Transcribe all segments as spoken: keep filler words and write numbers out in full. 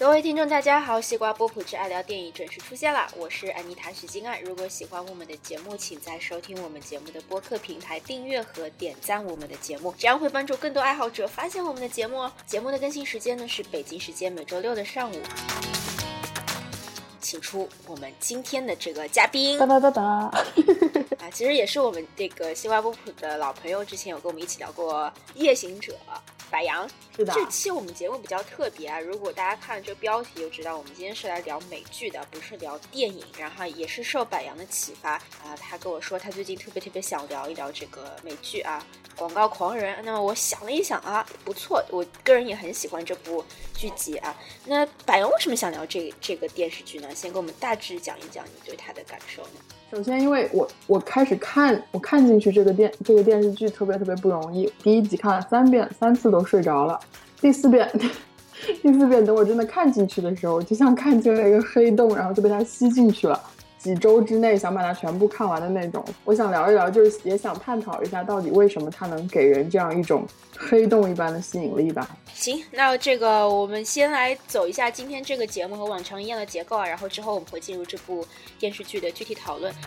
各位听众大家好，西瓜波普之爱聊电影准时出现了，我是安妮塔许金爱。如果喜欢我们的节目，请在收听我们节目的播客平台订阅和点赞我们的节目，这样会帮助更多爱好者发现我们的节目哦。节目的更新时间呢是北京时间每周六的上午。请出我们今天的这个嘉宾， 哒哒哒哒啊，其实也是我们这个西瓜波普的老朋友，之前有跟我们一起聊过夜行者白羊。 是的， 这期我们节目比较特别啊，如果大家看这个标题就知道我们今天是来聊美剧的，不是聊电影。然后也是受白羊的启发啊，他跟我说他最近特别特别想聊一聊这个美剧啊，广告狂人。那么我想了一想啊，不错，我个人也很喜欢这部剧集啊。那白羊为什么想聊这这个电视剧呢？先给我们大致讲一讲你对他的感受呢？ 首先，因为我我开始看我看进去这个电这个电视剧特别特别不容易，第一集看了三遍，三次都睡着了。第四遍，第四遍等我真的看进去的时候，就像看进了一个黑洞，然后就被它吸进去了。几周之内想把它全部看完的那种。我想聊一聊，就是也想探讨一下，到底为什么它能给人这样一种黑洞一般的吸引力吧。 行，那这个我们先来走一下今天这个节目和往常一样的结构啊，然后之后我们会进入这部电视剧的具体讨论。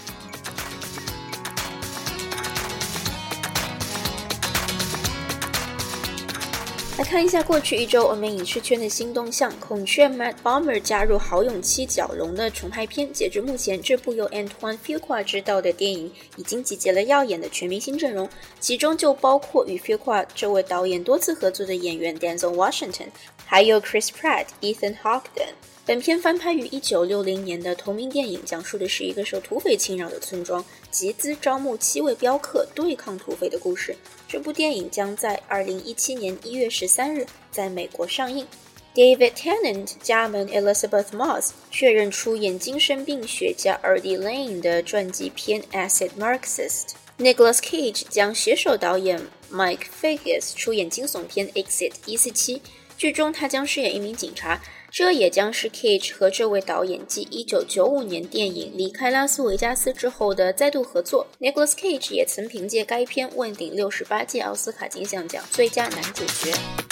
来看一下过去一周欧美影视圈的新动向。孔雀 Matt Bomer 加入好勇七角龙的重拍片，截至目前，这部由 Antoine Fuqua 执导的电影已经集结了耀眼的全明星阵容，其中就包括与 Fuqua 这位导演多次合作的演员 Denzel Washington， 还有 Chris Pratt、Ethan Hawke 等。本片翻拍于一九六零年的同名电影，讲述的是一个受土匪侵扰的村庄集资招募七位镖客对抗土匪的故事。这部电影将在二零一七年一月十三日在美国上映。David Tennant 加盟 Elizabeth Moss 确认出演精神病学家 Artie Lane 的传记片 Acid Marxist。Nicolas Cage 将携手导演 Mike Figgis 出演惊悚片 Exit 一四七，剧中他将饰演一名警察，这也将是 Cage 和这位导演继一九九五年电影离开拉斯维加斯之后的再度合作。 Nicolas Cage 也曾凭借该片问鼎六十八届奥斯卡金像奖最佳男主角。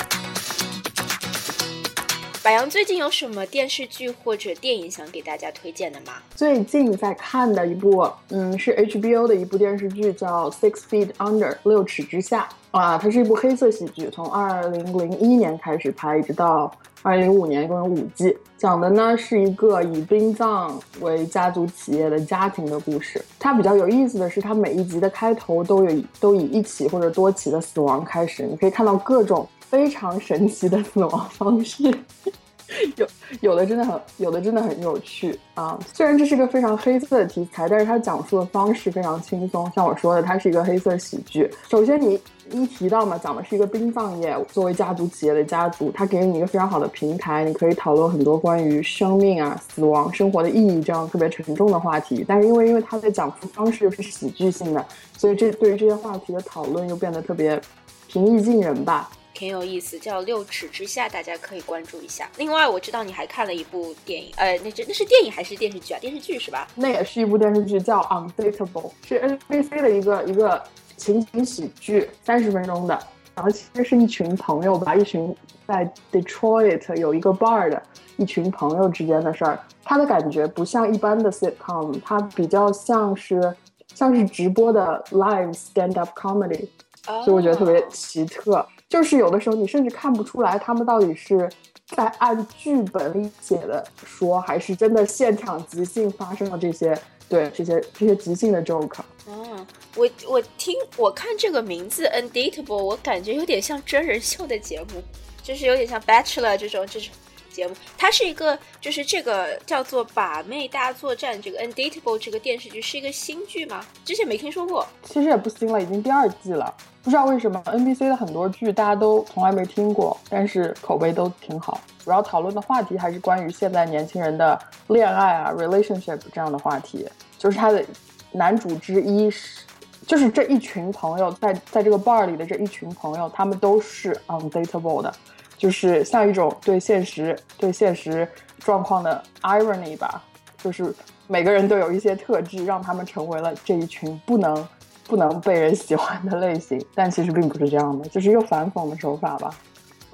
白羊最近有什么电视剧或者电影想给大家推荐的吗？ 最近在看的一部嗯，是 H B O 的一部电视剧叫 Six Feet Under 六尺之下啊，它是一部黑色喜剧，从二零零一年开始拍，一直到二零零五年，一共有五季。讲的呢是一个以殡葬为家族企业的家庭的故事。它比较有意思的是，它每一集的开头都有都以一起或者多起的死亡开始，你可以看到各种非常神奇的死亡方式。有有的真的很有的真的很有趣啊！虽然这是个非常黑色的题材，但是它讲述的方式非常轻松。像我说的，它是一个黑色喜剧。首先你一提到嘛，讲的是一个殡葬业作为家族企业的家族，它给你一个非常好的平台，你可以讨论很多关于生命啊、死亡、生活的意义这样特别沉重的话题。但是因为因为它的讲述方式是喜剧性的，所以这对于这些话题的讨论又变得特别平易近人吧。 挺有意思，叫六尺之下，大家可以关注一下。另外我知道你还看了一部电影，呃，那那是电影还是电视剧啊？电视剧是吧？ 那也是一部电视剧，叫 Undateable， 是 N B C 的一个一个情景喜剧，三十分钟的。然后其实是一群朋友吧，一群在 Detroit 有一个 bar 的一群朋友之间的事儿。它的感觉不像一般的 sitcom， 它比较像是像是直播的 live stand-up comedy， 所以我觉得特别奇特。就是有的时候你甚至看不出来他们到底是在按剧本里写的说，还是真的现场即兴发生了这些对这些这些即兴的 joke。 嗯，我我听我看这个名字 Undateable， 我感觉有点像真人秀的节目，就是有点像 Bachelor 这种这种节目。它是一个就是这个叫做把妹大作战，这个 Undateable 这个电视剧是一个新剧吗？之前没听说过。 其实也不新了，已经第二季了。不知道为什么 N B C 的很多剧大家都从来没听过，但是口碑都挺好。主要讨论的话题还是关于现在年轻人的恋爱啊 relationship 这样的话题。就是他的男主之一是就是这一群朋友在在这个 bar 里的这一群朋友，他们都是 undateable 的，就是像一种对现实对现实状况的 irony 吧，就是每个人都有一些特质让他们成为了这一群不能不能被人喜欢的类型，但其实并不是这样的，就是一个反讽的手法吧。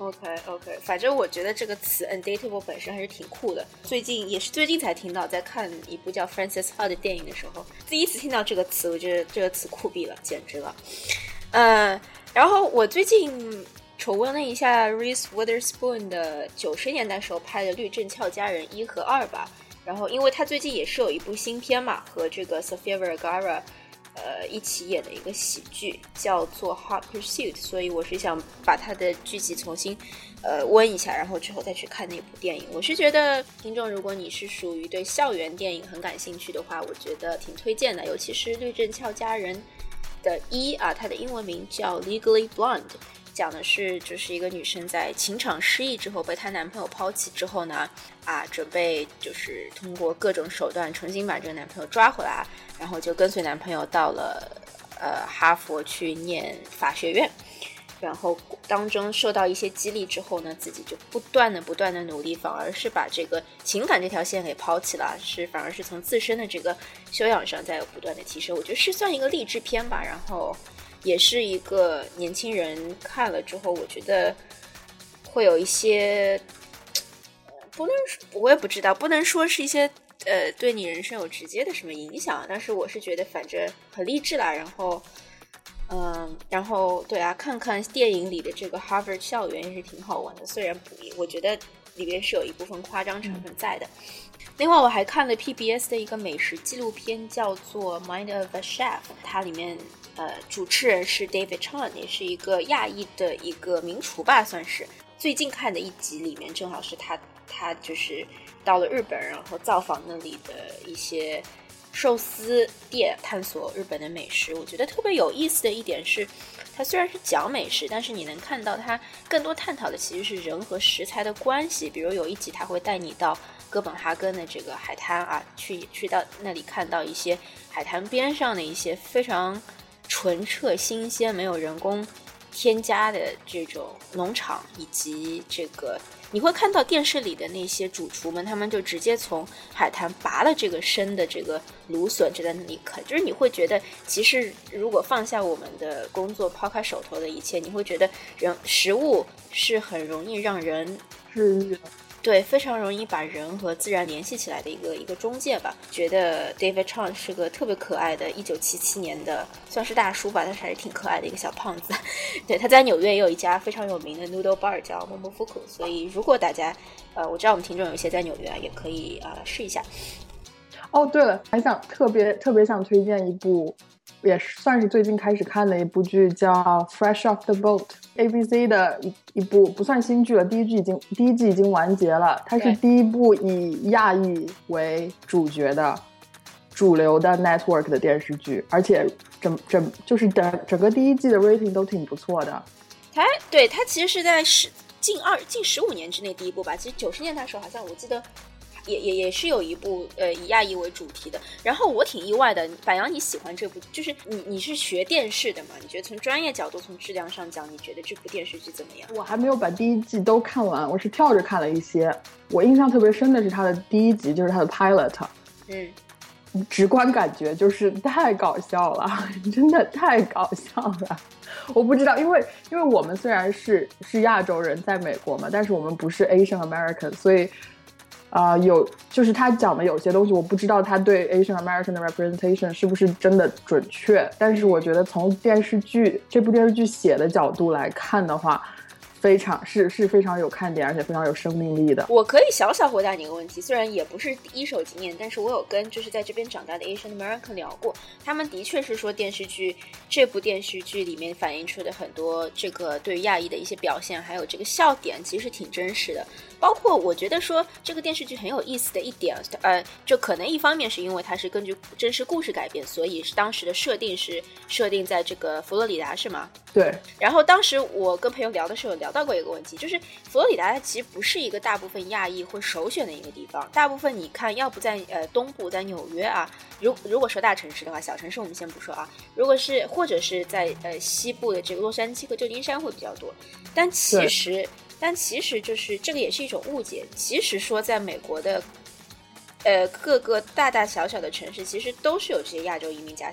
OK OK， 反正我觉得这个词 undateable 本身还是挺酷的。最近也是最近才听到，在看一部叫 Frances Ha 的电影的时候，第一次听到这个词，我觉得这个词酷毙了，简直了。呃，然后我最近重温了一下 Reese Witherspoon 的九十年代时候拍的《律政俏佳人》一和二吧。然后因为他最近也是有一部新片嘛，和这个 Sofia Vergara呃，一起演的一个喜剧叫做 Hot Pursuit， 所以我是想把他的剧集重新呃温一下，然后之后再去看那部电影。我是觉得听众如果你是属于对校园电影很感兴趣的话，我觉得挺推荐的，尤其是律政俏佳人的一啊，它的英文名叫 Legally Blonde， 讲的是就是一个女生在情场失意之后被她男朋友抛弃之后呢，啊，准备就是通过各种手段重新把这个男朋友抓回来，然后就跟随男朋友到了呃哈佛去念法学院，然后当中受到一些激励之后呢，自己就不断的不断的努力，反而是把这个情感这条线给抛弃了，是反而是从自身的这个修养上再有不断的提升。我觉得是算一个励志片吧，然后也是一个年轻人看了之后，我觉得会有一些不能我也不知道，不能说是一些呃对你人生有直接的什么影响，但是我是觉得反正很励志啦。然后嗯，然后对啊，看看电影里的这个 Harvard 校园也是挺好玩的，虽然不，我觉得里边是有一部分夸张成分在的。另外我还看了 P B S 的一个美食纪录片叫做 Mind of a Chef， 它里面呃主持人是 David Chang， 也是一个亚裔的一个名厨吧，算是。最近看的一集里面正好是他他就是到了日本，然后造访那里的一些寿司店，探索日本的美食。我觉得特别有意思的一点是，它虽然是讲美食，但是你能看到它更多探讨的其实是人和食材的关系。比如有一集他会带你到哥本哈根的这个海滩啊，去去到那里看到一些海滩边上的一些非常纯澈新鲜没有人工添加的这种农场，以及这个你会看到电视里的那些主厨们，他们就直接从海滩拔了这个生的这个芦笋就在那里啃，就是你会觉得其实如果放下我们的工作，抛开手头的一切，你会觉得人食物是很容易让人治愈的， 对，非常容易把人和自然联系起来的一个一个中介吧。觉得 David Chang 是个特别可爱的一九七七年的算是大叔吧，但是还是挺可爱的一个小胖子。对，他在纽约也有一家非常有名的 noodle bar 叫 Momofuku， 所以如果大家呃，我知道我们听众有一些在纽约啊，也可以啊、呃、试一下。 哦，对了，还想特别特别想推荐一部，也算是最近开始看的一部剧，叫 Fresh Off the Boat，A B C 的一一部不算新剧了，第一季已经第一季已经完结了。它是第一部以亚裔为主角的主流的 network 的电视剧，而且整整就是整整个第一季的 rating 都挺不错的。 它对它其实是在十近二近十五年之内第一部吧，其实九十年代时候好像我记得。也也也是有一部呃以亚裔为主题的，然后我挺意外的，百阳你喜欢这部，就是你你是学电视的嘛？你觉得从专业角度，从质量上讲，你觉得这部电视剧怎么样？ 我还没有把第一季都看完，我是跳着看了一些。我印象特别深的是它的第一集，就是它的 pilot， 嗯，直观感觉就是太搞笑了，真的太搞笑了。我不知道，因为因为我们虽然是是亚洲人在美国嘛，但是我们不是 Asian American， 所以。啊、呃，有就是他讲的有些东西，我不知道他对 Asian American 的 representation 是不是真的准确，但是我觉得从电视剧这部电视剧写的角度来看的话，非常是是非常有看点，而且非常有生命力的。 我可以小小回答你一个问题，虽然也不是第一手经验，但是我有跟就是在这边长大的 Asian American 聊过，他们的确是说电视剧这部电视剧里面反映出的很多这个对于亚裔的一些表现，还有这个笑点，其实挺真实的。包括我觉得说这个电视剧很有意思的一点，呃，就可能一方面是因为它是根据真实故事改编，所以当时的设定是设定在这个佛罗里达，是吗？ 对。 然后当时我跟朋友聊的时候有聊到过一个问题，就是佛罗里达它其实不是一个大部分亚裔会首选的一个地方，大部分你看要不在呃东部，在纽约啊，如如果说大城市的话，小城市我们先不说啊，如果是或者是在呃西部的这个洛杉矶和旧金山会比较多，但其实。但其实就是这个也是一种误解，其实说在美国的呃各个大大小小的城市其实都是有这些亚洲移民家庭，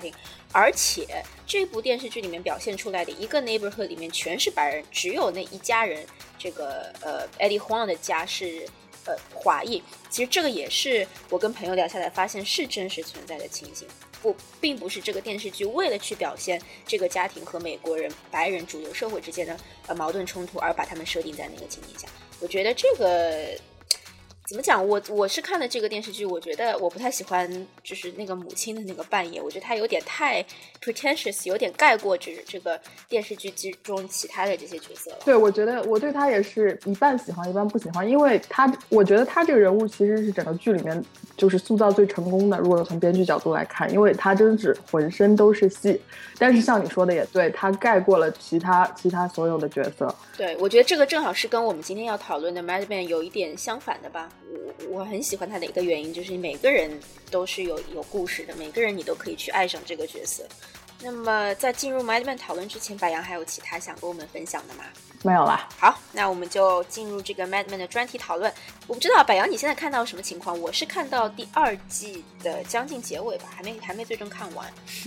而且这部电视剧里面表现出来的一个 neighborhood 里面全是白人，只有那一家人，这个呃 Eddie Huang 的家是呃华裔。其实这个也是我跟朋友聊下来发现是真实存在的情形，不并不是这个电视剧为了去表现这个家庭和美国人白人主流社会之间的呃矛盾冲突而把他们设定在那个情景下。我觉得这个怎么讲，我我是看了这个电视剧，我觉得我不太喜欢就是那个母亲的那个扮演，我觉得她有点太 pretentious， 有点盖过这这个电视剧之中其他的这些角色了。 对，我觉得我对她也是一半喜欢一半不喜欢，因为她我觉得她这个人物其实是整个剧里面就是塑造最成功的，如果从编剧角度来看，因为她真是浑身都是戏，但是像你说的也对，她盖过了其他其他所有的角色。 对，我觉得这个正好是跟我们今天要讨论的 Mad Men 有一点相反的吧。我我很喜欢他的一个原因就是每个人都是有有故事的，每个人你都可以去爱上这个角色。那么在进入 Mad Men 讨论之前，白羊还有其他想跟我们分享的吗？ 没有啦。 好，那我们就进入这个 Mad Men 的专题讨论。我不知道白羊你现在看到什么情况？我是看到第二季的将近结尾吧，还没还没最终看完。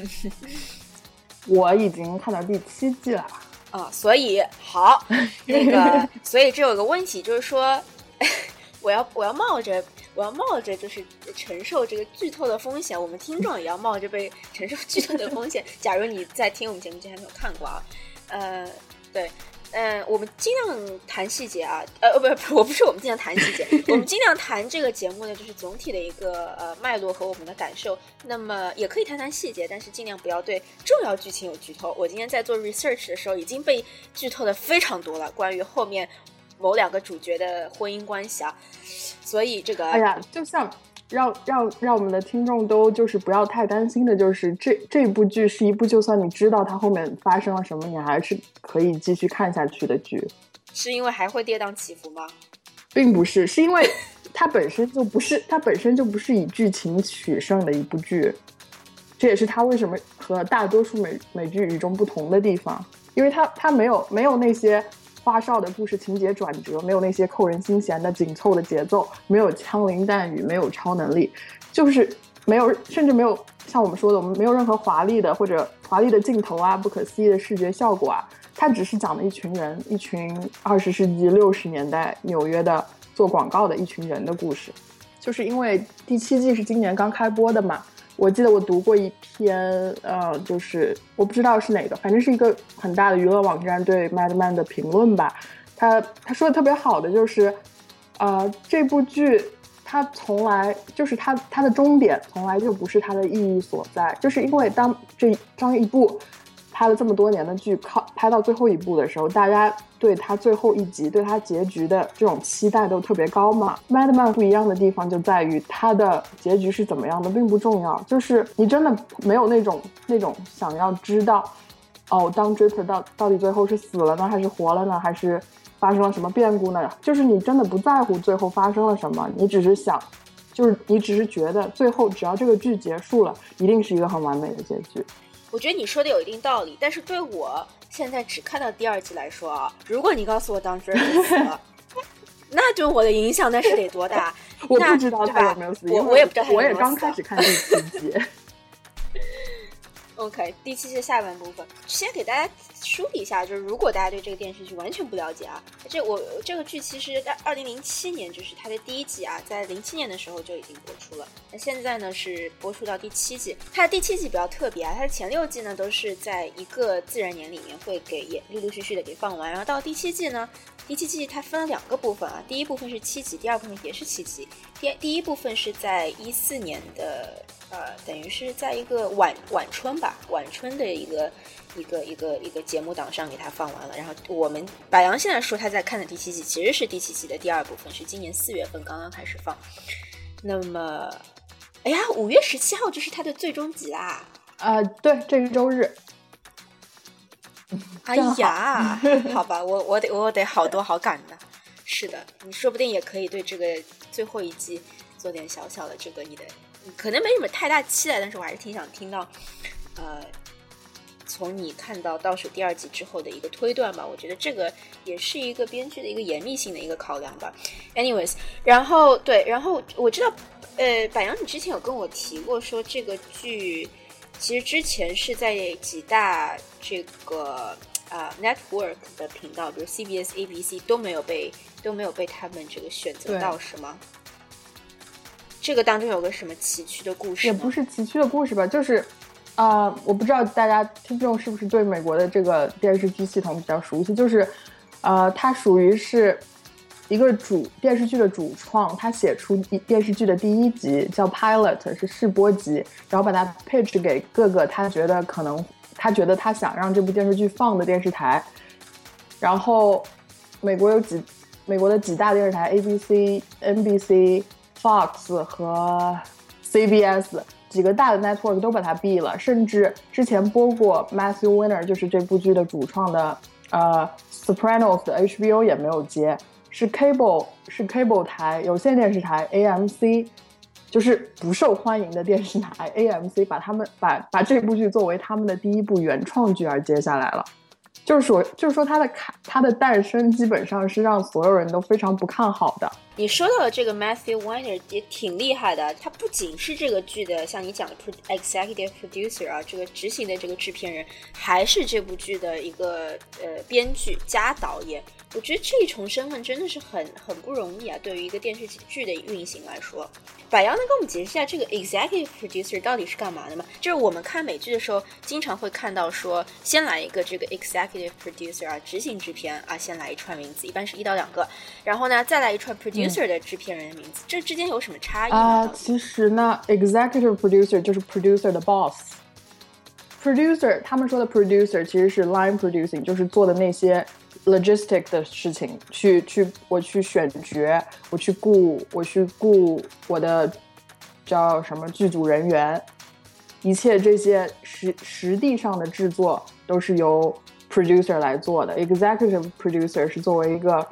我已经看到第七季了啊、嗯，所以好，那个，所以这有个问题，就是说，我要我要冒着我要冒着就是承受这个剧透的风险，我们听众也要冒着被承受剧透的风险。假如你在听我们节目之前还没有看过啊，呃，对。嗯，我们尽量谈细节啊，呃，不不，我不是我们尽量谈细节，我们尽量谈这个节目呢，就是总体的一个呃脉络和我们的感受。那么也可以谈谈细节，但是尽量不要对重要剧情有剧透。我今天在做 research 的时候已经被剧透的非常多了，关于后面某两个主角的婚姻关系啊，所以这个， 哎呀，就像。让让让我们的听众都就是不要太担心的，就是这这部剧是一部就算你知道它后面发生了什么，你还是可以继续看下去的剧。 是因为还会跌宕起伏吗？ 并不是，是因为它本身就不是它本身就不是以剧情取胜的一部剧，这也是它为什么和大多数美美剧与众不同的地方，因为它它没有没有那些。花哨的故事情节转折，没有那些扣人心弦的紧凑的节奏，没有枪林弹雨，没有超能力，就是没有，甚至没有像我们说的，我们没有任何华丽的或者华丽的镜头啊，不可思议的视觉效果啊，它只是讲了一群人，一群二十世纪六十年代纽约的做广告的一群人的故事。就是因为第七季是今年刚开播的嘛。我记得我读过一篇，呃，就是我不知道是哪个，反正是一个很大的娱乐网站对 Mad Men 的评论吧。他他说的特别好的就是，呃，这部剧它从来就是它它的终点从来就不是它的意义所在，就是因为当这当一部拍了这么多年的剧，靠拍到最后一部的时候，大家对它最后一集、对它结局的这种期待都特别高嘛。Mad Men 不一样的地方就在于它的结局是怎么样的并不重要，就是你真的没有那种那种想要知道，哦，当 Draper 到到底最后是死了呢，还是活了呢，还是发生了什么变故呢？就是你真的不在乎最后发生了什么，你只是想，就是你只是觉得最后只要这个剧结束了，一定是一个很完美的结局。 我觉得你说的有一定道理，但是对我现在只看到第二季来说啊，如果你告诉我当 Draper 死了，那对我的影响那是得多大？ 我不知道他有没有死， 我我也不知道他有没有死， 我也刚开始看第七集。 OK， 第七季的下半部分，先给大家梳理一下，就是如果大家对这个电视剧完全不了解啊，这我这个剧其实在二零零七年就是它的第一季啊，在零七年的时候就已经播出了。那现在呢是播出到第七季，它的第七季比较特别啊，它的前六季呢都是在一个自然年里面会给也陆陆续续的给放完，然后到第七季呢，第七季它分了两个部分啊，第一部分是七集，第二部分也是七集。第第一部分是在一四年的。呃，等于是在一个晚晚春吧，晚春的一个一个一个一个节目档上给它放完了。然后我们白羊现在说他在看的第七季，其实是第七季的第二部分，是今年四月份刚刚开始放。那么，哎呀，五月十七号就是它的最终集啦。 呃，对，这个周日。 哎呀，好吧，我我得我得好多好赶的。是的，你说不定也可以对这个最后一季做点小小的这个你的。可能没什么太大期待，但是我还是挺想听到呃，从你看到倒数第二集之后的一个推断吧。我觉得这个也是一个编剧的一个严密性的一个考量吧。Anyways， 然后对，然后我知道呃，柏杨你之前有跟我提过说这个剧其实之前是在几大这个呃 network 的频道，比如 C B S、A B C 都没有被都没有被他们这个选择到，是吗？这个当中有个什么崎岖的故事吗？ 也不是崎岖的故事吧，就是啊、呃，我不知道大家听众是不是对美国的这个电视剧系统比较熟悉，就是呃，它属于是一个主电视剧的主创，他写出电视剧的第一集叫 pilot， 是试播集，然后把它 pitch 给各个他觉得可能他觉得他想让这部电视剧放的电视台，然后美国有几美国的几大电视台 A B C、N B C、Fox 和 C B S 几个大的 network 都把它毙了，甚至之前播过 Matthew Weiner 就是这部剧的主创的呃 Sopranos 的 H B O 也没有接，是 cable 是 cable 台有线电视台 A M C， 就是不受欢迎的电视台 A M C 把他们把把这部剧作为他们的第一部原创剧而接下来了。就是说，就是说它的它的诞生基本上是让所有人都非常不看好的。 你说到的这个 Matthew Weiner 也挺厉害的，他不仅是这个剧的像你讲的 executive producer 啊，这个执行的这个制片人，还是这部剧的一个呃编剧加导演。我觉得这一重身份真的是很很不容易啊，对于一个电视剧的运行来说。百阳能跟我们解释一下这个 executive producer 到底是干嘛的吗？就是我们看美剧的时候经常会看到说先来一个这个 executive producer 啊，执行制片啊，先来一串名字，一般是一到两个，然后呢再来一串 producer 的制片人的名字、嗯、这之间有什么差异吗、 呃、其实呢 executive producer 就是 producer 的 boss， producer 他们说的 producer 其实是 line producing， 就是做的那些logistic 的事情，去去我去选角，我去雇我去雇我的叫什么剧组人员，一切这些实实地上的制作都是由 producer 来做的。 executive producer 是作为一个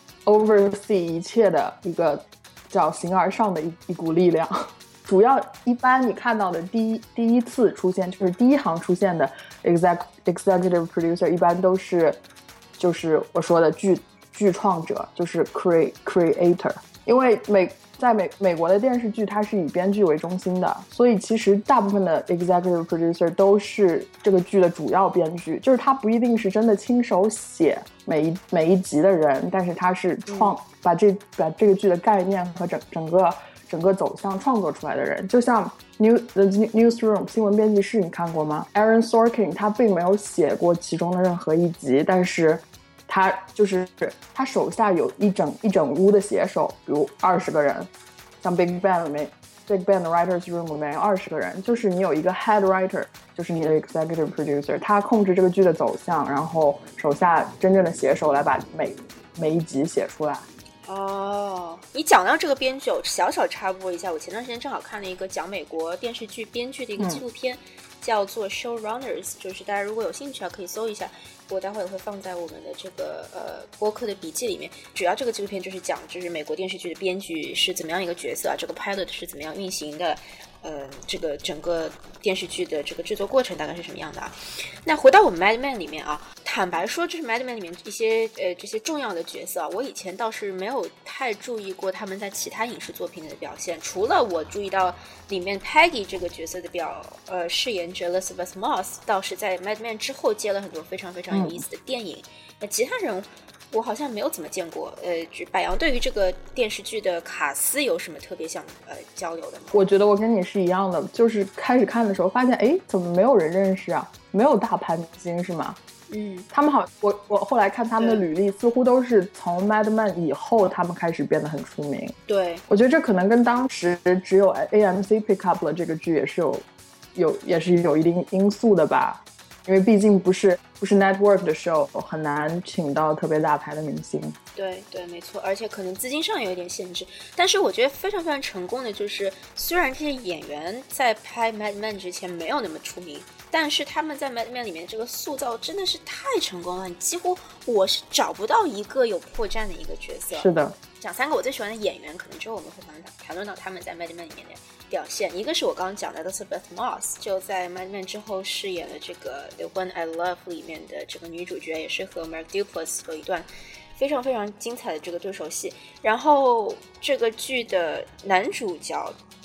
oversee 一切的一个叫形而上的一一股力量。主要一般你看到的第一第一次出现就是第一行出现的 exec, executive producer 一般都是就是我说的剧剧创者，就是 cre, creator。 因为美在美美国的电视剧它是以编剧为中心的，所以其实大部分的 executive producer 都是这个剧的主要编剧，就是他不一定是真的亲手写每一每一集的人，但是他是创把这把这个剧的概念和整整个整个走向创作出来的人。就像 New, The Newsroom 新闻编辑室你看过吗？ Aaron Sorkin 他并没有写过其中的任何一集，但是他就是他手下有一整一整屋的写手，比如二十个人，像 Big Bang 里面 Big Bang 的 Writers Room 里面有二十个人，就是你有一个 Head Writer， 就是你的 Executive Producer， 他控制这个剧的走向，然后手下真正的写手来把每每一集写出来。 哦，你讲到这个编剧，我小小插播一下，我前段时间正好看了一个讲美国电视剧编剧的一个纪录片、嗯、叫做 Showrunners， 就是大家如果有兴趣啊可以搜一下，我待会儿也会放在我们的这个呃播客的笔记里面。主要这个纪录片就是讲就是美国电视剧的编剧是怎么样一个角色啊，这个 pilot 是怎么样运行的，呃，这个整个电视剧的这个制作过程大概是什么样的啊？那回到我们 Mad Men 里面啊，坦白说，这是 Mad Men 里面一些呃这些重要的角色啊，我以前倒是没有太注意过他们在其他影视作品里的表现，除了我注意到里面 Peggy 这个角色的表呃饰演者 Elizabeth Moss， 倒是在 Mad Men 之后接了很多非常非常有意思的电影。那、嗯、其他人我好像没有怎么见过。呃，百阳对于这个电视剧的卡司有什么特别想呃交流的吗？ 我觉得我跟你是一样的，就是开始看的时候发现，哎，怎么没有人认识啊？没有大牌明星是吗？ 嗯， 他们好，我我后来看他们的履历，似乎都是从 Mad Men 以后，他们开始变得很出名。 对， 我觉得这可能跟当时只有 A M C pick up 了这个剧也是有有也是有一定因素的吧。因为毕竟不是不是 network 的 show， 很难请到特别大牌的明星。 对对，没错，而且可能资金上有一点限制。但是我觉得非常非常成功的就是，虽然这些演员在拍 Mad Men 之前没有那么出名，但是他们在 Mad Men 里面这个塑造真的是太成功了，你几乎我是找不到一个有破绽的一个角色。 是的， 讲三个我最喜欢的演员，可能之后我们会谈论到他们在 Mad Men 里面的表现。一个是我刚刚讲的 Elizabeth Moss， 就在 Mad Men 之后饰演了这个 The One I Love 里面的这个女主角，也是和 Mark Duplass 有一段非常非常精彩的这个对手戏。然后这个剧的男主角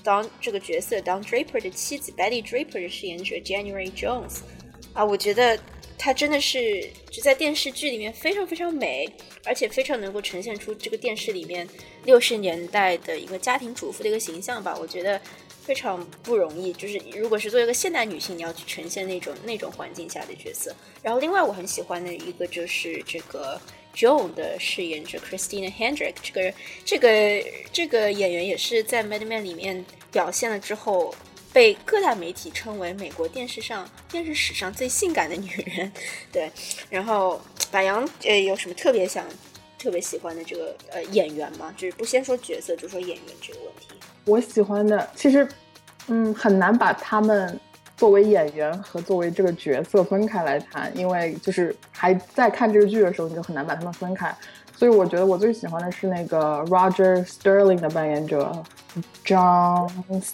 当这个角色当 Draper 的妻子 Betty Draper 的饰演者 January Jones 啊，我觉得她真的是就在电视剧里面非常非常美，而且非常能够呈现出这个电视里面六十年代的一个家庭主妇的一个形象吧。我觉得非常不容易，就是如果是作为一个现代女性，你要去呈现那种那种环境下的角色。然后另外我很喜欢的一个就是这个 Joan 的饰演者 Christina Hendrick， 这个这个这个演员也是在 Mad Men 里面表现了之后，被各大媒体称为美国电视上电视史上最性感的女人。对，然后白羊呃有什么特别想特别喜欢的这个呃演员吗？就是不先说角色，就说演员这个问题。 我喜欢的其实嗯很难把他们作为演员和作为这个角色分开来谈，因为就是还在看这个剧的时候你就很难把他们分开，所以我觉得我最喜欢的是那个 Roger Sterling 的扮演者 John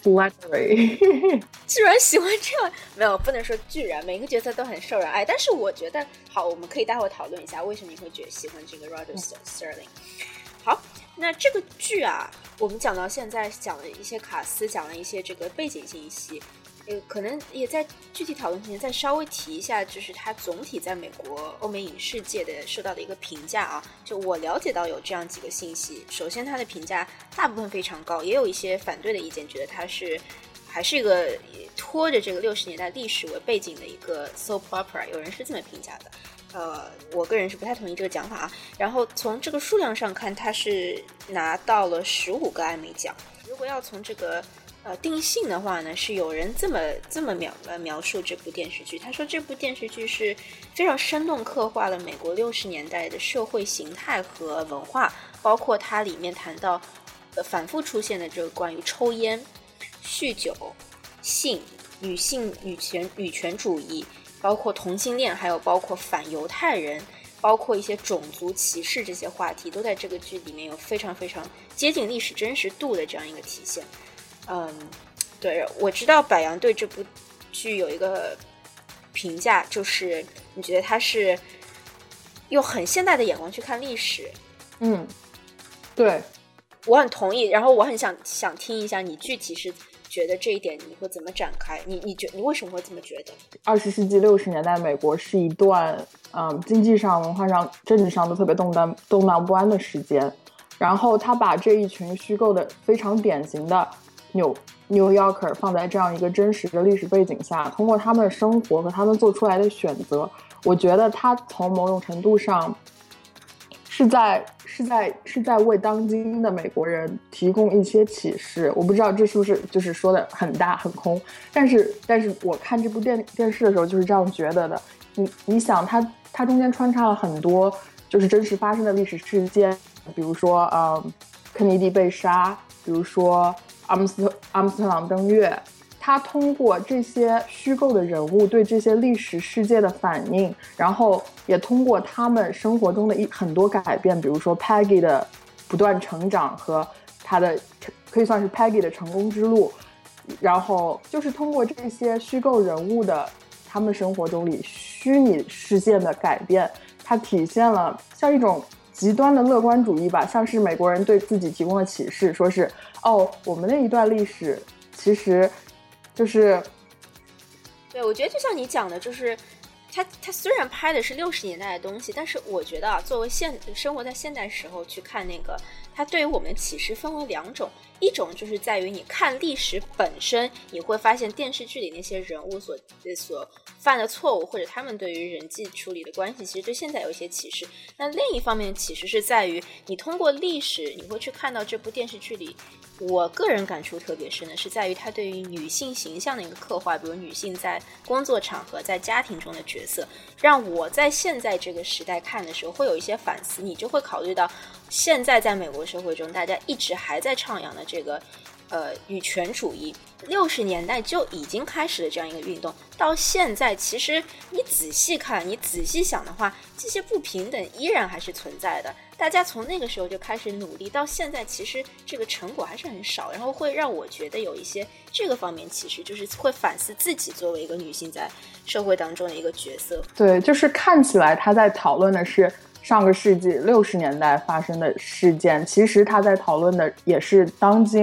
Slattery。 居然喜欢这样，没有不能说居然，每个角色都很受人爱，但是我觉得好，我们可以待会讨论一下为什么你会觉得喜欢这个 Roger Sterling。好，那这个剧啊，我们讲到现在讲了一些卡司，讲了一些这个背景信息，呃，可能也在具体讨论之前再稍微提一下，就是它总体在美国欧美影视界的受到的一个评价啊。就我了解到有这样几个信息，首先它的评价大部分非常高，也有一些反对的意见，觉得它是还是一个拖着这个六十年代历史为背景的一个 soap opera， 有人是这么评价的。呃，我个人是不太同意这个讲法啊。然后从这个数量上看，它是拿到了十五个艾美奖。如果要从这个呃定性的话呢，是有人这么这么描呃描述这部电视剧。他说这部电视剧是非常生动刻画了美国六十年代的社会形态和文化，包括它里面谈到呃反复出现的这个关于抽烟、酗酒、性、女性女权女权主义，包括同性恋，还有包括反犹太人，包括一些种族歧视，这些话题都在这个剧里面有非常非常接近历史真实度的这样一个体现。嗯，对，我知道百阳对这部剧有一个评价，就是你觉得它是用很现代的眼光去看历史。 嗯，对， 我很同意。然后我很想想听一下你具体是觉得这一点你会怎么展开？你你觉你为什么会这么觉得？ 二十世纪六十年代美国是一段嗯经济上、文化上、政治上都特别动荡动荡不安的时间。然后他把这一群虚构的非常典型的纽 New Yorker 放在这样一个真实的历史背景下，通过他们的生活和他们做出来的选择，我觉得他从某种程度上是在是在是在为当今的美国人提供一些启示。我不知道这是不是就是说的很大很空，但是但是我看这部电电视的时候就是这样觉得的。你你想，它它中间穿插了很多就是真实发生的历史事件，比如说嗯肯尼迪被杀，比如说阿姆斯特阿姆斯特朗登月。他通过这些虚构的人物对这些历史事件的反应，然后也通过他们生活中的一很多改变，比如说 Peggy 的不断成长和他的可以算是 Peggy 的成功之路，然后就是通过这些虚构人物的他们生活中里虚拟事件的改变，它体现了像一种极端的乐观主义吧，像是美国人对自己提供的启示，说是哦，我们那一段历史其实就是对，我觉得就像你讲的，就是他他虽然拍的是六十年代的东西，但是我觉得啊，作为现生活在现代时候去看那个，它对于我们的启示分为两种，一种就是在于你看历史本身，你会发现电视剧里那些人物所所犯的错误，或者他们对于人际处理的关系，其实对现在有一些启示。那另一方面的启示是在于，你通过历史，你会去看到这部电视剧里。我个人感触特别深的是在于它对于女性形象的一个刻画，比如女性在工作场合在家庭中的角色，让我在现在这个时代看的时候会有一些反思。你就会考虑到现在在美国社会中大家一直还在徜徉的这个呃女权主义，六十年代就已经开始了这样一个运动，到现在其实你仔细看你仔细想的话，这些不平等依然还是存在的，大家从那个时候就开始努力，到现在其实这个成果还是很少，然后会让我觉得有一些这个方面其实就是会反思自己作为一个女性在社会当中的一个角色。 对，就是看起来他在讨论的是上个世纪六十年代发生的事件，其实他在讨论的也是当今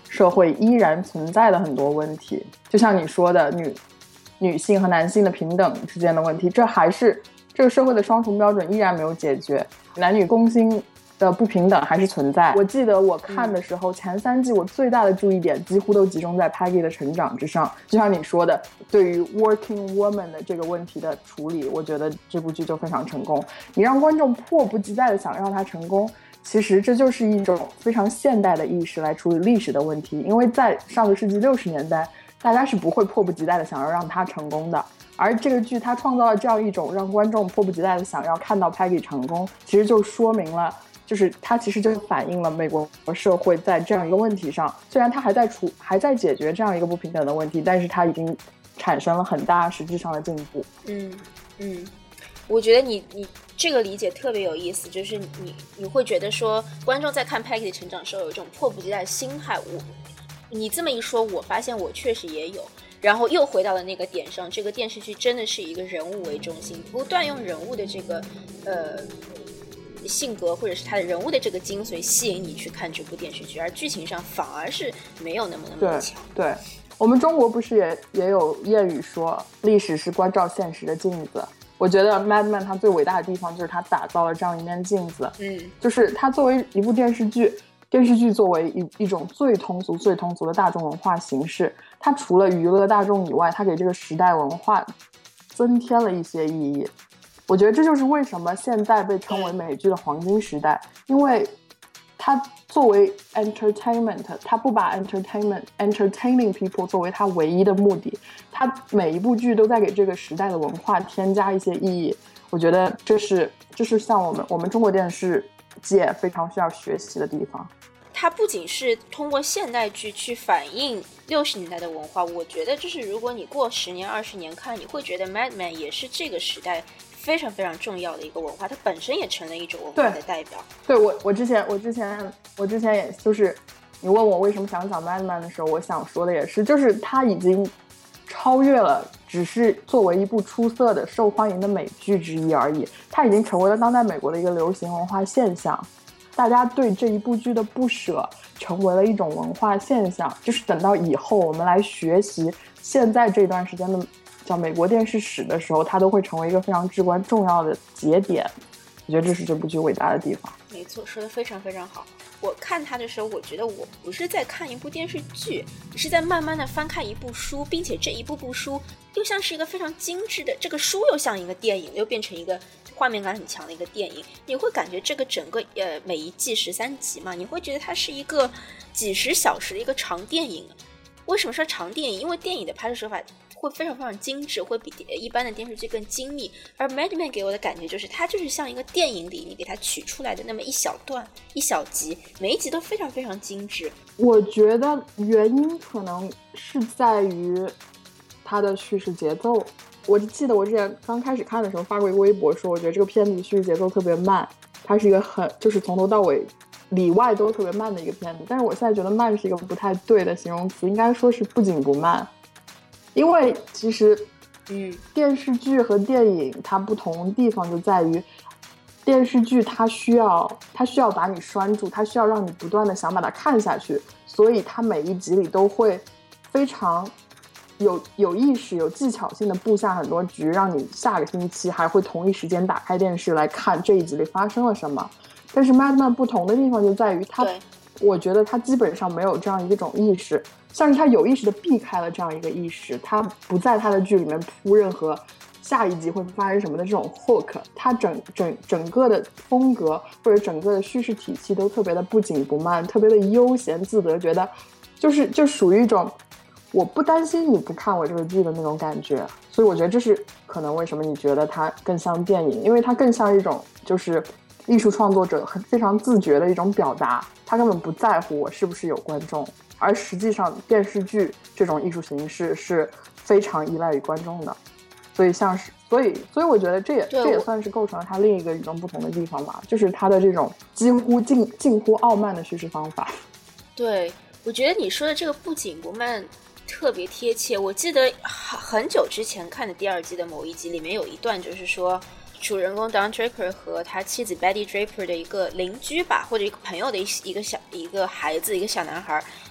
社会依然存在的很多问题，就像你说的女女性和男性的平等之间的问题，这还是这个社会的双重标准依然没有解决，男女工薪的不平等还是存在。我记得我看的时候、嗯、前三季我最大的注意点几乎都集中在 Peggy 的成长之上，就像你说的，对于 working woman 的这个问题的处理，我觉得这部剧就非常成功。你让观众迫不及待的想让它成功，其实这就是一种非常现代的意识来处理历史的问题，因为在上个世纪六十年代大家是不会迫不及待的想要让它成功的，而这个剧它创造了这样一种让观众迫不及待的想要看到 Peggy 成功，其实就说明了，就是它其实就反映了美国社会在这样一个问题上，虽然它还在处还在解决这样一个不平等的问题，但是它已经产生了很大实质上的进步。 嗯嗯，我觉得你你这个理解特别有意思，就是你你会觉得说观众在看 Peggy 的成长时候有一种迫不及待的心态。我你这么一说，我发现我确实也有。然后又回到了那个点上，这个电视剧真的是一个人物为中心，不断用人物的这个呃性格或者是他的人物的这个精髓吸引你去看这部电视剧，而剧情上反而是没有那么那么的强。 对，对，我们中国不是也也有谚语说历史是关照现实的镜子，我觉得 Mad Men 它最伟大的地方就是它打造了这样一面镜子。 嗯， 就是它作为一部电视剧电视剧作为 一, 一种最通俗最通俗的大众文化形式，它除了娱乐大众以外，它给这个时代文化增添了一些意义。我觉得这就是为什么现在被称为美剧的黄金时代，因为它作为 entertainment， 它不把 entertainment entertaining people 作为它唯一的目的，它每一部剧都在给这个时代的文化添加一些意义。我觉得这是这是像我们我们中国电视界非常需要学习的地方。 它不仅是通过现代剧去反映六十年代的文化，我觉得就是如果你过十年二十年看，你会觉得 Mad Men 也是这个时代非常非常重要的一个文化，它本身也成了一种文化的代表。 对，对我我之前我之前我之前也就是你问我为什么想讲 Mad Men 的时候，我想说的也是，就是它已经超越了只是作为一部出色的受欢迎的美剧之一而已，它已经成为了当代美国的一个流行文化现象。大家对这一部剧的不舍成为了一种文化现象，就是等到以后我们来学习现在这段时间的叫美国电视史的时候，它都会成为一个非常至关重要的节点。我觉得这是这部剧伟大的地方。 没错，说得非常非常好。我看它的时候，我觉得我不是在看一部电视剧，是在慢慢的翻看一部书，并且这一部部书又像是一个非常精致的，这个书又像一个电影，又变成一个画面感很强的一个电影。你会感觉这个整个呃每一季十三集嘛，你会觉得它是一个几十小时的一个长电影。为什么说长电影？因为电影的拍摄手法会非常非常精致，会比一般的电视剧更精密。而 Mad Men 给我的感觉就是，它就是像一个电影里你给它取出来的那么一小段、一小集，每一集都非常非常精致。 我觉得原因可能是在于它的叙事节奏。我记得我之前刚开始看的时候发过一个微博说，我觉得这个片子叙事节奏特别慢，它是一个很就是从头到尾里外都特别慢的一个片子。但是我现在觉得慢是一个不太对的形容词，应该说是不紧不慢。因为其实嗯， 电视剧和电影它不同的地方就在于，电视剧它需要它需要把你拴住，它需要让你不断的想把它看下去，所以它每一集里都会非常有有意识有技巧性的布下很多局，让你下个星期还会同一时间打开电视来看这一集里发生了什么。但是 Mad Men 不同的地方就在于它，我觉得它基本上没有这样一种意识，像是它有意识的避开了这样一个意识，它不在它的剧里面铺任何下一集会发生什么的这种 hook， 它整整整个的风格或者整个的叙事体系都特别的不紧不慢，特别的悠闲自得，觉得就是就属于一种我不担心你不看我这个剧的那种感觉。所以我觉得这是可能为什么你觉得它更像电影，因为它更像一种就是艺术创作者很非常自觉的一种表达，他根本不在乎我是不是有观众，而实际上电视剧这种艺术形式是非常依赖于观众的。所以像是所以所以我觉得这也这也算是构成了它另一个与众不同的地方吧，就是它的这种几乎近近乎傲慢的叙事方法。 对，我觉得你说的这个不紧不慢特别贴切。我记得很久之前看的第二季的某一集里面有一段，就是说主人公 Don Draper 和他妻子 Betty Draper 的一个邻居吧，或者一个朋友的一个小一个孩子，一个小男孩，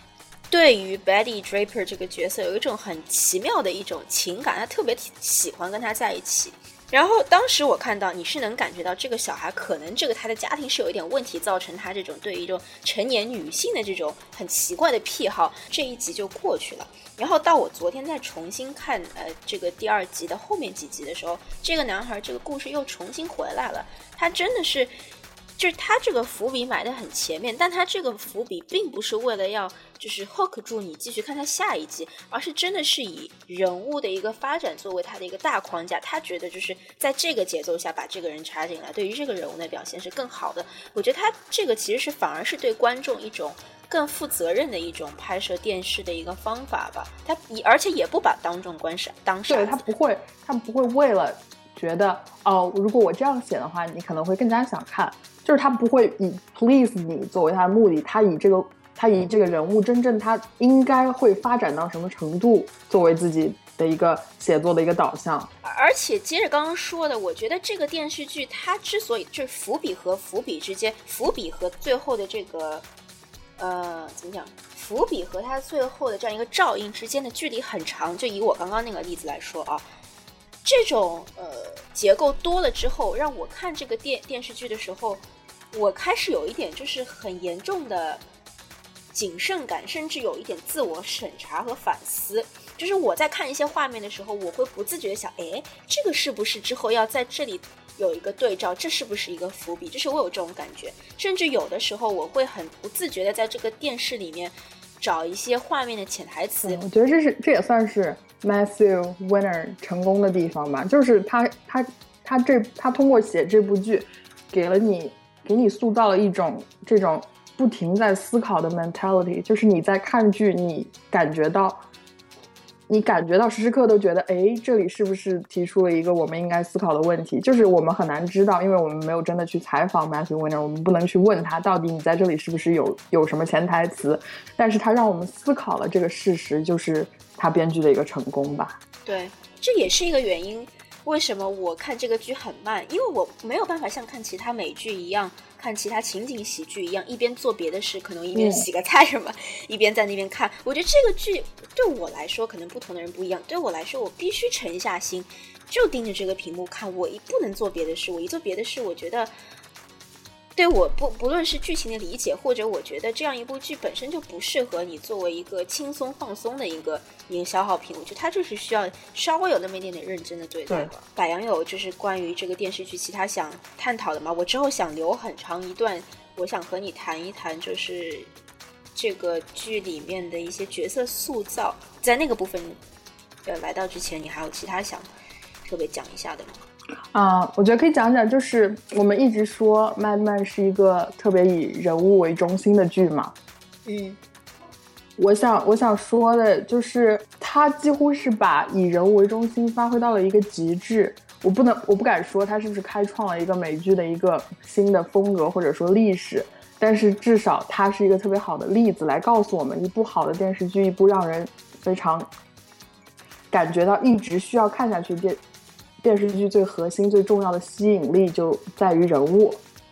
对于 Betty Draper 这个角色有一种很奇妙的一种情感，他特别喜欢跟他在一起。然后当时我看到你是能感觉到这个小孩可能这个他的家庭是有一点问题，造成他这种对于一种成年女性的这种很奇怪的癖好，这一集就过去了。然后到我昨天再重新看呃这个第二集的后面几集的时候，这个男孩这个故事又重新回来了。他真的是就是他这个伏笔埋得很前面，但他这个伏笔并不是为了要就是 hook 住你继续看他下一集，而是真的是以人物的一个发展作为他的一个大框架，他觉得就是在这个节奏下把这个人插进来，对于这个人物的表现是更好的。我觉得他这个其实是反而是对观众一种更负责任的一种拍摄电视的一个方法吧。他而且也不把当众观赏当傻子， 对，他不会他不会为了觉得哦，如果我这样写的话你可能会更加想看，就是他不会以 please 你作为他的目的，他以这个他以这个人物真正他应该会发展到什么程度作为自己的一个写作的一个导向。 而且接着刚刚说的，我觉得这个电视剧它之所以就是伏笔和伏笔之间，伏笔和最后的这个呃怎么讲，伏笔和它最后的这样一个照应之间的距离很长，就以我刚刚那个例子来说啊，这种呃结构多了之后，让我看这个电电视剧的时候，我开始有一点就是很严重的谨慎感，甚至有一点自我审查和反思。就是我在看一些画面的时候，我会不自觉地想，诶，这个是不是之后要在这里有一个对照，这是不是一个伏笔，就是我有这种感觉。甚至有的时候我会很不自觉的在这个电视里面找一些画面的潜台词。 嗯，我觉得这是这也算是 Matthew Weiner 成功的地方吧，就是他他他这他通过写这部剧给了你给你塑造了一种这种不停在思考的 mentality， 就是你在看剧你感觉到你感觉到时时刻都觉得，哎，这里是不是提出了一个我们应该思考的问题？就是我们很难知道，因为我们没有真的去采访 Matthew Weiner， 我们不能去问他到底你在这里是不是有有什么潜台词，但是他让我们思考了这个事实，就是他编剧的一个成功吧。 对，这也是一个原因，为什么我看这个剧很慢，因为我没有办法像看其他美剧一样，看其他情景喜剧一样，一边做别的事，可能一边洗个菜什么、嗯、一边在那边看。我觉得这个剧对我来说，可能不同的人不一样，对我来说我必须沉下心就盯着这个屏幕看，我一不能做别的事，我一做别的事我觉得对我不不论是剧情的理解，或者我觉得这样一部剧本身就不适合你作为一个轻松放松的一个一个消耗品，我觉得它就是需要稍微有那么一点点认真的对待吧。百杨有就是关于这个电视剧其他想探讨的吗？我之后想留很长一段，我想和你谈一谈，就是这个剧里面的一些角色塑造，在那个部分呃来到之前，你还有其他想特别讲一下的吗？ 啊、uh, 我觉得可以讲讲，就是我们一直说 Mad Men 是一个特别以人物为中心的剧嘛。 嗯， 我想我想说的就是它几乎是把以人物为中心发挥到了一个极致。我不能我不敢说它是不是开创了一个美剧的一个新的风格或者说历史，但是至少它是一个特别好的例子，来告诉我们一部好的电视剧，一部让人非常感觉到一直需要看下去电电视剧最核心最重要的吸引力就在于人物。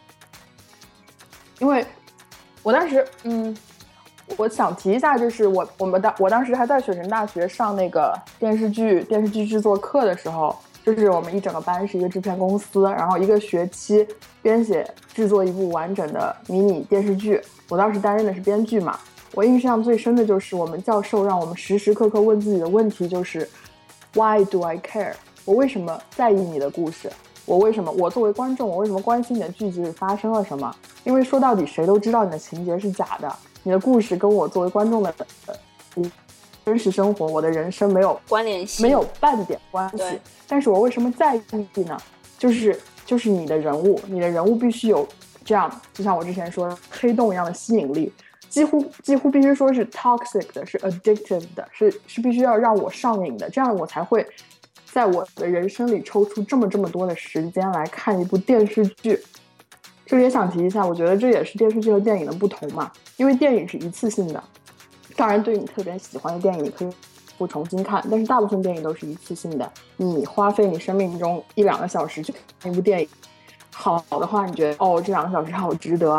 因为我当时嗯我想提一下，就是我我们当我当时还在雪城大学上那个电视剧电视剧制作课的时候，就是我们一整个班是一个制片公司，然后一个学期编写制作一部完整的迷你电视剧，我当时担任的是编剧嘛。我印象最深的就是我们教授让我们时时刻刻问自己的问题，就是 Why do I care？我为什么在意你的故事？我为什么我作为观众，我为什么关心你的剧集里发生了什么？因为说到底谁都知道你的情节是假的，你的故事跟我作为观众的真实生活，我的人生没有关联性， 没有半点关系。但是我为什么在意呢？就是就是你的人物，你的人物必须有这样，就像我之前说黑洞一样的吸引力，几乎几乎必须说是 toxic 的，是 addictive 的，是是必须要让我上瘾的，这样我才会在我的人生里抽出这么这么多的时间来看一部电视剧。这里也想提一下，我觉得这也是电视剧和电影的不同嘛，因为电影是一次性的，当然对你特别喜欢的电影你可以不重新看，但是大部分电影都是一次性的，你花费你生命中一两个小时去看一部电影，好的话你觉得哦这两个小时好值得啊，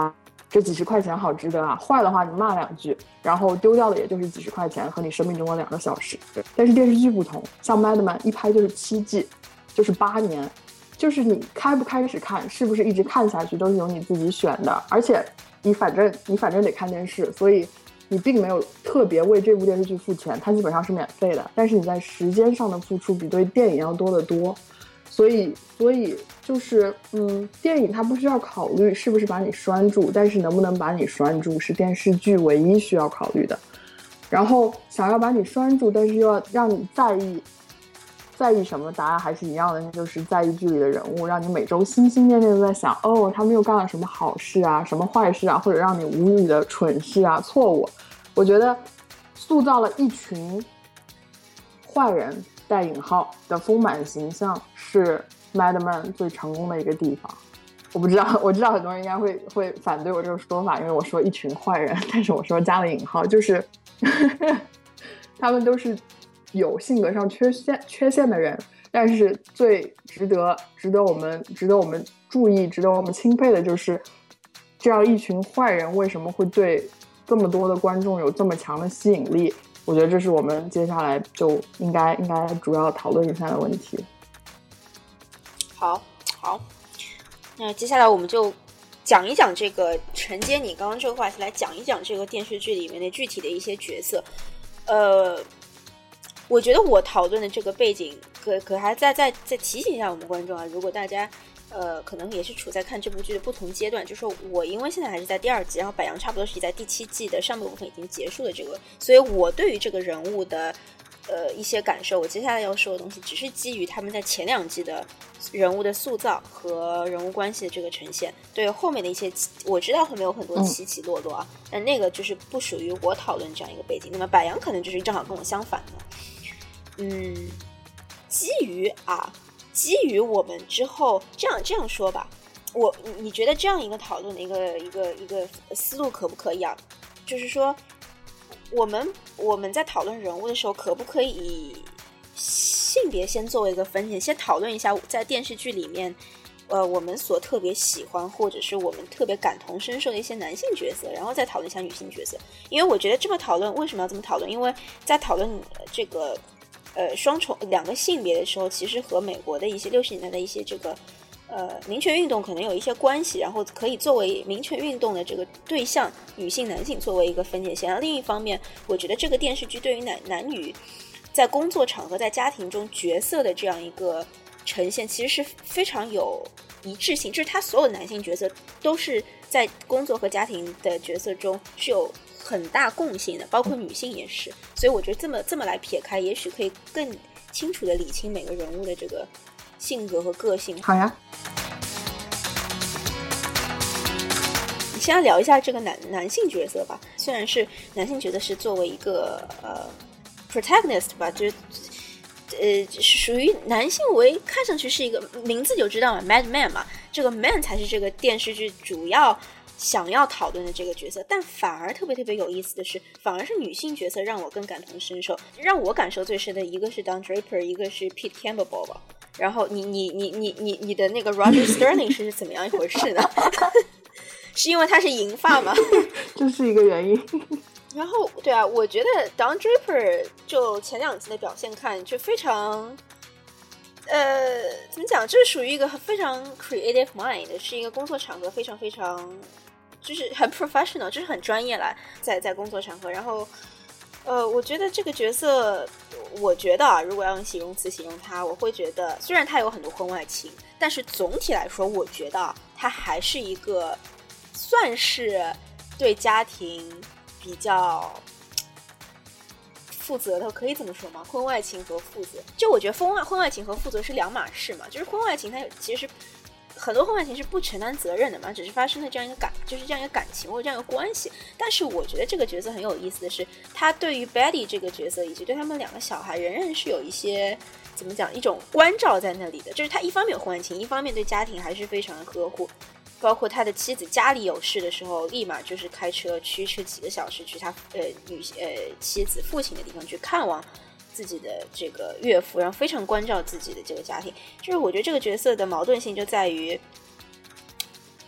这几十块钱好值得啊，坏的话你骂两句，然后丢掉的也就是几十块钱和你生命中的两个小时。但是电视剧不同，像 Mad Men 一拍就是七季，就是八年，就是你开不开始看，是不是一直看下去都是由你自己选的，而且你反正你反正得看电视，所以你并没有特别为这部电视剧付钱，它基本上是免费的，但是你在时间上的付出比对电影要多得多。所以所以就是嗯，电影它不需要考虑是不是把你拴住，但是能不能把你拴住是电视剧唯一需要考虑的。然后想要把你拴住，但是又要让你在意在意什么，答案还是一样的，就是在意剧里的人物，让你每周心心念念都在想，哦，他们又干了什么好事啊，什么坏事啊，或者让你无语的蠢事啊、错误。我觉得塑造了一群坏人带引号的丰满形象是 Mad Men 最成功的一个地方。我不知道，我知道很多人应该会会反对我这个说法，因为我说一群坏人，但是我说加了引号，就是他们都是有性格上缺陷缺陷的人，但是最值得值得我们值得我们注意、值得我们钦佩的就是这样一群坏人为什么会对这么多的观众有这么强的吸引力。我觉得这是我们接下来就应该应该主要讨论一下的问题。 好好，那接下来我们就讲一讲这个，承接你刚刚这个话题来讲一讲这个电视剧里面的具体的一些角色。呃，我觉得我讨论的这个背景可可还再再再提醒一下我们观众啊，如果大家呃可能也是处在看这部剧的不同阶段，就是说我因为现在还是在第二季，然后柏杨差不多是在第七季的上半部分已经结束了这个，所以我对于这个人物的呃一些感受，我接下来要说的东西只是基于他们在前两季的人物的塑造和人物关系的这个呈现，对后面的一些我知道会没有很多起起落落啊、嗯、但那个就是不属于我讨论这样一个背景。那么柏杨可能就是正好跟我相反的。嗯，基于啊基于我们之后这样这样说吧，我你觉得这样一个讨论的一个一个一个思路可不可以啊？就是说我们我们在讨论人物的时候，可不可以以性别先作为一个分解，先讨论一下在电视剧里面呃，我们所特别喜欢或者是我们特别感同身受的一些男性角色，然后再讨论一下女性角色。因为我觉得这么讨论，为什么要这么讨论？因为在讨论这个呃双重两个性别的时候，其实和美国的一些六十年代的一些这个呃民权运动可能有一些关系，然后可以作为民权运动的这个对象女性男性作为一个分界线。另一方面，我觉得这个电视剧对于男男女在工作场合在家庭中角色的这样一个呈现其实是非常有一致性，就是他所有男性角色都是在工作和家庭的角色中是有很大共性的，包括女性也是。所以我觉得这么这么来撇开，也许可以更清楚的理清每个人物的这个性格和个性。 好呀， 你先来聊一下这个男男性角色吧。虽然是男性角色是作为一个呃 protagonist 吧，就是呃属于男性为，看上去是一个名字就知道嘛 ，Mad Men 嘛，这个 man 才是这个电视剧主要想要讨论的这个角色。但反而特别特别有意思的是，反而是女性角色让我更感同身受。让我感受最深的一个是 Don Draper， 一个是 Pete Campbell 吧。然后你你你你你你的那个 Roger Sterling 是怎么样一回事呢？是因为他是银发吗？ 这是一个原因。 然后对啊，我觉得 Don Draper 就前两集的表现看就非常呃怎么讲，就是属于一个非常 creative mind， 是一个工作场合非常非常就是很 professional， 就是很专业啦，在在工作场合。然后呃我觉得这个角色，我觉得啊，如果要用形容词形容他，我会觉得虽然他有很多婚外情，但是总体来说我觉得啊，他还是一个算是对家庭比较负责的，可以这么说吗？婚外情和负责，就我觉得婚外婚外情和负责是两码事嘛。就是婚外情，它其实很多婚外情是不承担责任的嘛，只是发生了这样一个感，就是这样一个感情或者这样一个关系。但是我觉得这个角色很有意思的是，他对于 Betty 这个角色以及对他们两个小孩，仍然是有一些怎么讲一种关照在那里的。就是他一方面有婚外情，一方面对家庭还是非常的呵护。包括他的妻子家里有事的时候，立马就是开车驱车几个小时去他呃女呃妻子父亲的地方去看望自己的这个岳父，然后非常关照自己的这个家庭。就是我觉得这个角色的矛盾性就在于，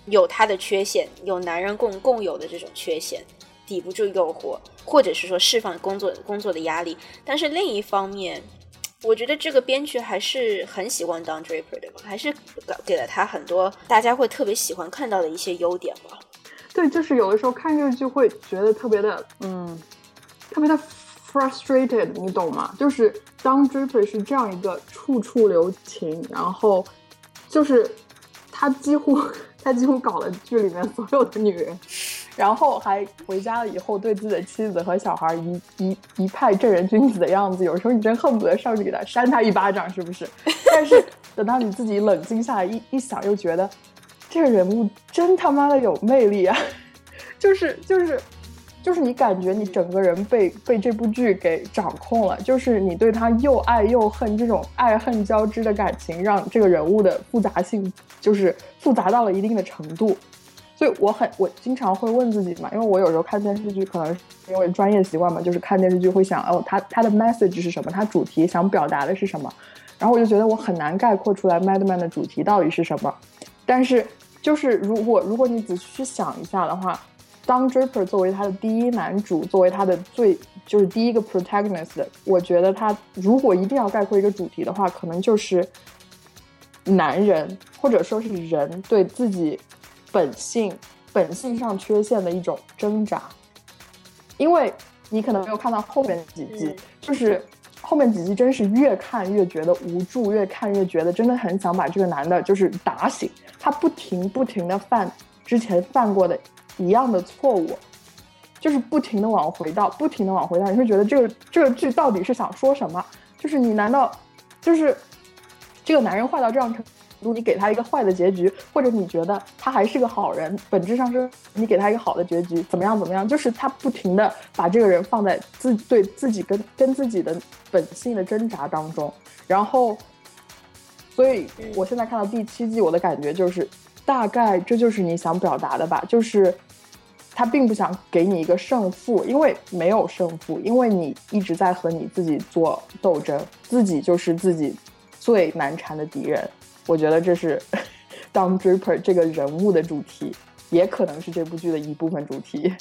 有他的缺陷，有男人共共有的这种缺陷，抵不住诱惑，或者是说释放工作工作的压力。但是另一方面，我觉得这个编剧还是很喜欢 Don Draper 的吧，还是给了他很多大家会特别喜欢看到的一些优点吧。 对，就是有的时候看这个剧会觉得特别的，嗯，特别的 frustrated， 你懂吗？就是 Don Draper 是这样一个处处留情，然后就是他几乎他几乎搞了剧里面所有的女人，然后还回家了以后对自己的妻子和小孩一一一派正人君子的样子，有时候你真恨不得上去给他扇他一巴掌，是不是？但是等到你自己冷静下来一一想，又觉得这个人物真他妈的有魅力啊！就是就是就是你感觉你整个人被被这部剧给掌控了，就是你对他又爱又恨，这种爱恨交织的感情让这个人物的复杂性就是复杂到了一定的程度。所以我很我经常会问自己嘛，因为我有时候看电视剧可能是因为专业习惯嘛，就是看电视剧会想哦，他他的 message 是什么，他主题想表达的是什么，然后我就觉得我很难概括出来 Mad Men 的主题到底是什么。但是就是如果如果你仔细去想一下的话， Don Draper 作为他的第一男主，作为他的最就是第一个 protagonist， 我觉得他如果一定要概括一个主题的话，可能就是男人或者说是人对自己本性本性上缺陷的一种挣扎。因为你可能没有看到后面几季、嗯、就是后面几季真是越看越觉得无助，越看越觉得真的很想把这个男的就是打醒，他不停不停的犯之前犯过的一样的错误，就是不停的往回倒不停的往回倒，你会觉得这个这个剧到底是想说什么，就是你难道就是这个男人坏到这样程度，你给他一个坏的结局，或者你觉得他还是个好人，本质上是你给他一个好的结局，怎么样怎么样，就是他不停的把这个人放在自对自己跟跟自己的本性的挣扎当中。然后所以我现在看到第七季，我的感觉就是大概这就是你想表达的吧，就是他并不想给你一个胜负，因为没有胜负，因为你一直在和你自己做斗争，自己就是自己最难缠的敌人。我觉得这是 Don Draper 这个人物的主题，也可能是这部剧的一部分主题。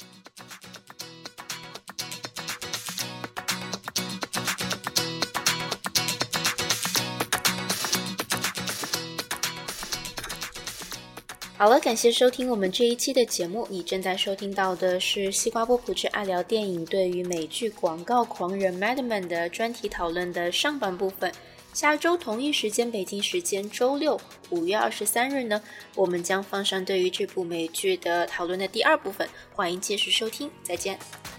好了，感谢收听我们这一期的节目。你正在收听到的是西瓜波普之爱聊电影对于美剧广告狂人 Mad Men 的专题讨论的上半部分。下周同一时间北京时间周六五月二十三日呢，我们将放上对于这部美剧的讨论的第二部分，欢迎继续收听，再见。